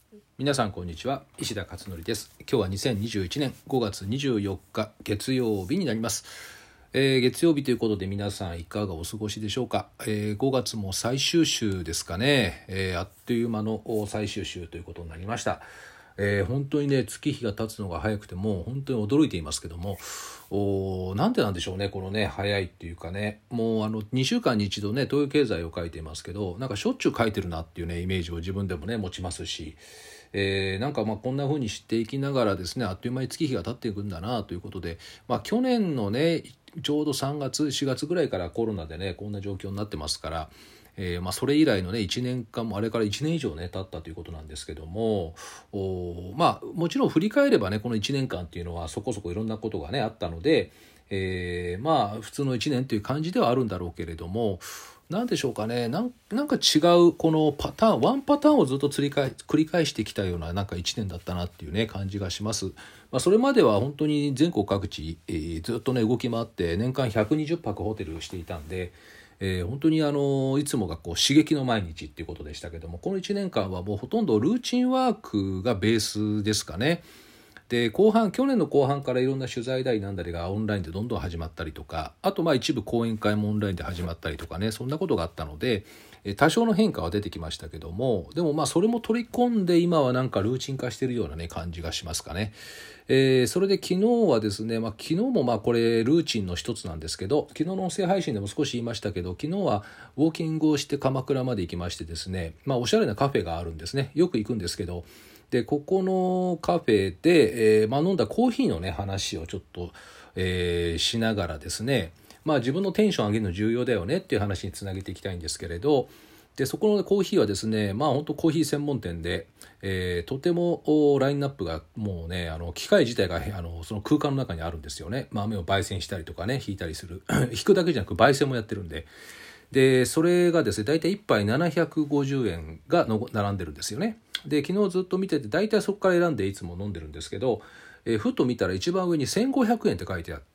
皆さんこんにちは、石田勝則です。今日は2021年5月24日月曜日になります。月曜日ということで皆さんいかがお過ごしでしょうか。5月も最終週ですかね。あっという間の最終週ということになりました。本当にね、月日が経つのが早くてもう本当に驚いていますけども、なんでなんでしょうね、このね早いっていうかね、もう2週間に一度ね東洋経済を書いていますけど、なんかしょっちゅう書いてるなっていうねイメージを自分でもね持ちますし、なんかこんな風に知っていきながらですね、あっという間に月日が経っていくんだなということで、去年のねちょうど3月4月ぐらいからコロナでねこんな状況になってますから、それ以来のね1年間もあれから1年以上ね経ったということなんですけども、もちろん振り返ればねこの1年間っていうのはそこそこいろんなことがねあったので、普通の1年という感じではあるんだろうけれども、なんでしょうかね、なんか違うこのパターン、ワンパターンをずっと繰り返してきたようななんか1年だったなっていうね感じがします。それまでは本当に全国各地、ずっとね動き回って年間120泊ホテルをしていたんで、本当にいつもがこう刺激の毎日っていうことでしたけども、この1年間はもうほとんどルーチンワークがベースですかね。で去年の後半からいろんな取材だりなんだりがオンラインでどんどん始まったりとか、あと一部講演会もオンラインで始まったりとかね、そんなことがあったので多少の変化は出てきましたけども、でもそれも取り込んで今はなんかルーチン化しているようなね感じがしますかね。それで昨日はですね、昨日もこれルーチンの一つなんですけど、昨日の音声配信でも少し言いましたけど、昨日はウォーキングをして鎌倉まで行きましてですね、おしゃれなカフェがあるんですね。よく行くんですけど、でここのカフェで、飲んだコーヒーのね話をちょっと、しながらですね、自分のテンション上げるの重要だよねっていう話につなげていきたいんですけれど、でそこのコーヒーはですね、本当コーヒー専門店で、とてもラインナップがもうね機械自体がその空間の中にあるんですよね。豆を焙煎したりとかね引いたりする引くだけじゃなく焙煎もやってるんで、それがですね大体1杯750円が並んでるんですよね。で昨日ずっと見てて大体そこから選んでいつも飲んでるんですけど、ふと見たら一番上に1500円って書いてあって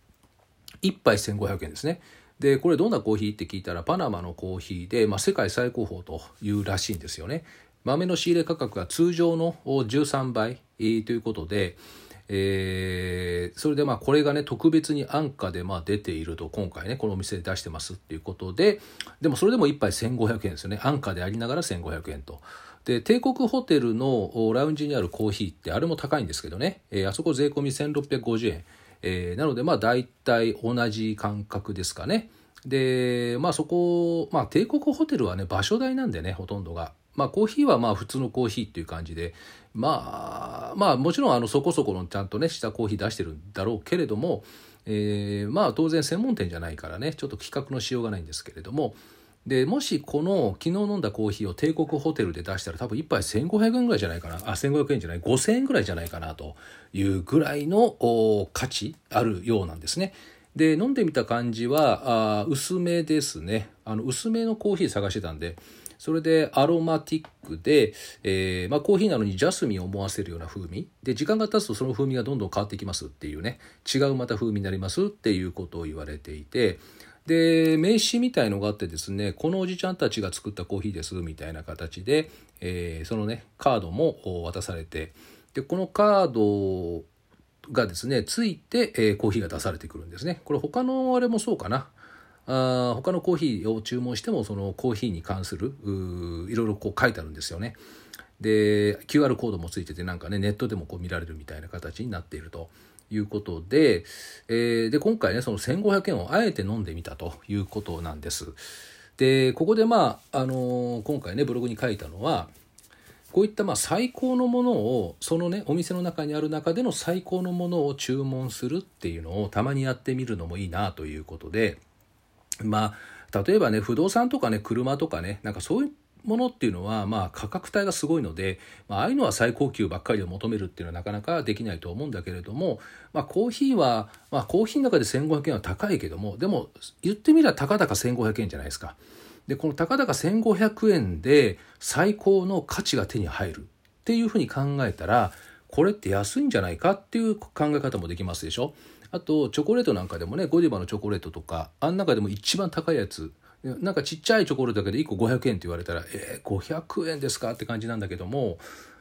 、1杯1500円ですね。でこれどんなコーヒーって聞いたらパナマのコーヒーで、世界最高峰というらしいんですよね。豆の仕入れ価格が通常の13倍、ということで、それでこれがね特別に安価で出ていると、今回ねこのお店で出してますっていうことで、でもそれでも1杯1500円ですよね。安価でありながら1500円と。で帝国ホテルのラウンジにあるコーヒーってあれも高いんですけどね、あそこ税込み1650円、なので大体同じ感覚ですかね。でそこ、帝国ホテルはね場所代なんでねほとんどが、コーヒーは普通のコーヒーっていう感じで、もちろんそこそこのちゃんとねしたコーヒー出してるんだろうけれども、当然専門店じゃないからねちょっと規格のしようがないんですけれども、でもしこの昨日飲んだコーヒーを帝国ホテルで出したら多分1杯1500円ぐらいじゃないかな、1500円じゃない5000円ぐらいじゃないかなというぐらいの価値あるようなんですね。で飲んでみた感じは薄めですね。薄めのコーヒー探してたんで、それでアロマティックで、コーヒーなのにジャスミンを思わせるような風味で、時間が経つとその風味がどんどん変わってきますっていうね、違うまた風味になりますっていうことを言われていて、で名刺みたいのがあってですね、このおじちゃんたちが作ったコーヒーですみたいな形で、そのねカードも渡されて、でこのカードがですねついて、コーヒーが出されてくるんですね。これ他のあれもそうかな、他のコーヒーを注文してもそのコーヒーに関するいろいろ書いてあるんですよね。で QR コードもついててなんかねネットでも見られるみたいな形になっているということで、で今回ねその1500円をあえて飲んでみたということなんです。でここで今回ねブログに書いたのは、こういった最高のものをそのねお店の中にある中での最高のものを注文するっていうのをたまにやってみるのもいいなということで、例えばね不動産とかね車とかねなんかそういうものっていうのは価格帯がすごいので、ああいうのは最高級ばっかりで求めるっていうのはなかなかできないと思うんだけれども、コーヒーは、コーヒーの中で1500円は高いけども、でも言ってみればたかだか1500円じゃないですか。でこのたかだか1500円で最高の価値が手に入るっていうふうに考えたら、これって安いんじゃないかっていう考え方もできますでしょ。あとチョコレートなんかでもね、ゴディバのチョコレートとかあん中でも一番高いやつ、なんかちっちゃいチョコレートだけで1個500円って言われたら500円ですかって感じなんだけども、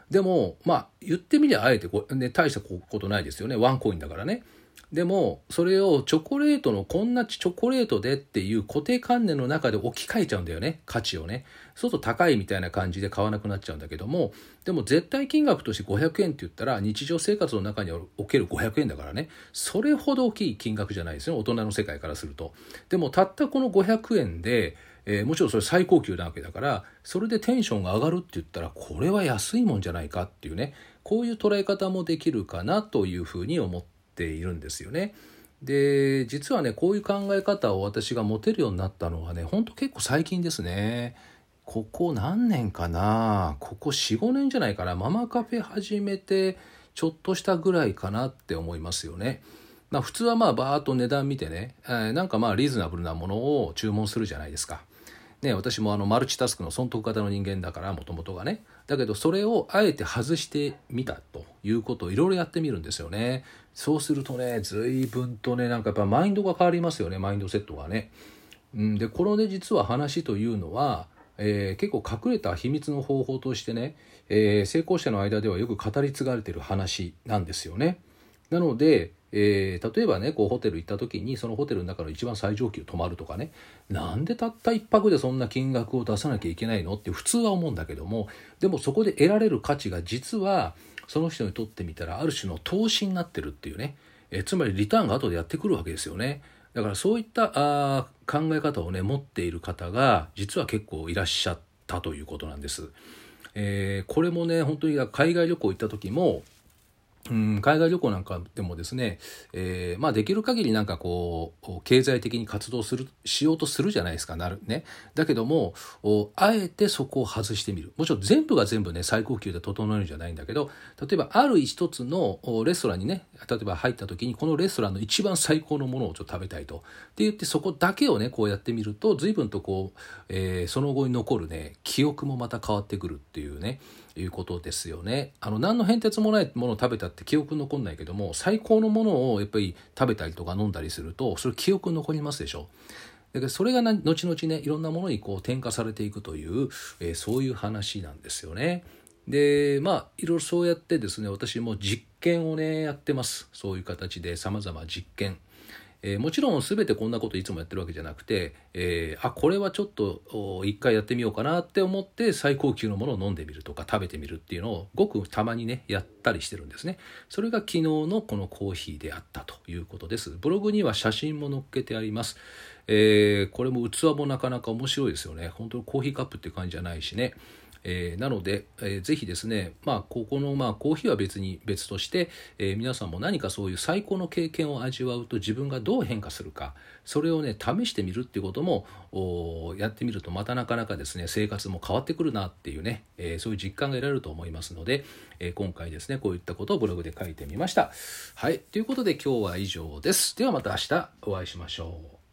でも言ってみりゃあえて大したことないですよね。ワンコインだからね。でもそれをチョコレートのこんなチョコレートでっていう固定観念の中で置き換えちゃうんだよね、価値をね。そうすると高いみたいな感じで買わなくなっちゃうんだけども、でも絶対金額として500円って言ったら日常生活の中における500円だからね、それほど大きい金額じゃないですよ、大人の世界からすると。でもたったこの500円でもちろんそれ最高級なわけだから、それでテンションが上がるって言ったらこれは安いもんじゃないかっていうね、こういう捉え方もできるかなというふうに思っているんですよね。で実はね、こういう考え方を私が持てるようになったのはね、ほんと結構最近ですね。ここ何年かな、ここ 4,5 年じゃないかな。ママカフェ始めてちょっとしたぐらいかなって思いますよね。普通はバーッと値段見てね、なんかリーズナブルなものを注文するじゃないですか。ね、私もマルチタスクの損得型の人間だから、もともとがね。だけどそれをあえて外してみたということをいろいろやってみるんですよね。そうするとね、随分とね、なんかやっぱマインドが変わりますよね、マインドセットがね。でこのね、実は話というのは、結構隠れた秘密の方法としてね、成功者の間ではよく語り継がれている話なんですよね。なので、例えばね、ホテル行った時にそのホテルの中の一番最上級泊まるとかね、なんでたった一泊でそんな金額を出さなきゃいけないのって普通は思うんだけども、でもそこで得られる価値が実はその人にとってみたらある種の投資になってるっていうね、つまりリターンが後でやってくるわけですよね。だからそういった考え方をね持っている方が実は結構いらっしゃったということなんです。これもね、本当に海外旅行行った時も、海外旅行なんかでもですね、できる限りなんか経済的に活動しようとするじゃないですか、ね。だけどもあえてそこを外してみる。もちろん全部が全部ね最高級で整えるんじゃないんだけど、例えばある一つのレストランにね、例えば入った時にこのレストランの一番最高のものをちょっと食べたいとって言って、そこだけをねやってみると随分とその後に残るね記憶もまた変わってくるっていうね、いうことですよね。何の変哲もないものを食べたって記憶に残んないけども、最高のものをやっぱり食べたりとか飲んだりするとそれ記憶に残りますでしょ。だからそれが後々ねいろんなものに転化されていくという、そういう話なんですよね。でいろいろそうやってですね、私も実験をねやってます。そういう形で様々実験、もちろん全てこんなこといつもやってるわけじゃなくて、これはちょっと一回やってみようかなって思って最高級のものを飲んでみるとか食べてみるっていうのをごくたまにねやったりしてるんですね。それが昨日のこのコーヒーであったということです。ブログには写真も載っけてあります。これも器もなかなか面白いですよね。本当にコーヒーカップっていう感じじゃないしね。なので、ぜひですね、ここのコーヒーは別として、皆さんも何かそういう最高の経験を味わうと自分がどう変化するか、それをね試してみるっていうこともやってみると、またなかなかですね生活も変わってくるなっていうね、そういう実感が得られると思いますので、今回ですねこういったことをブログで書いてみました。はい、ということで今日は以上です。ではまた明日お会いしましょう。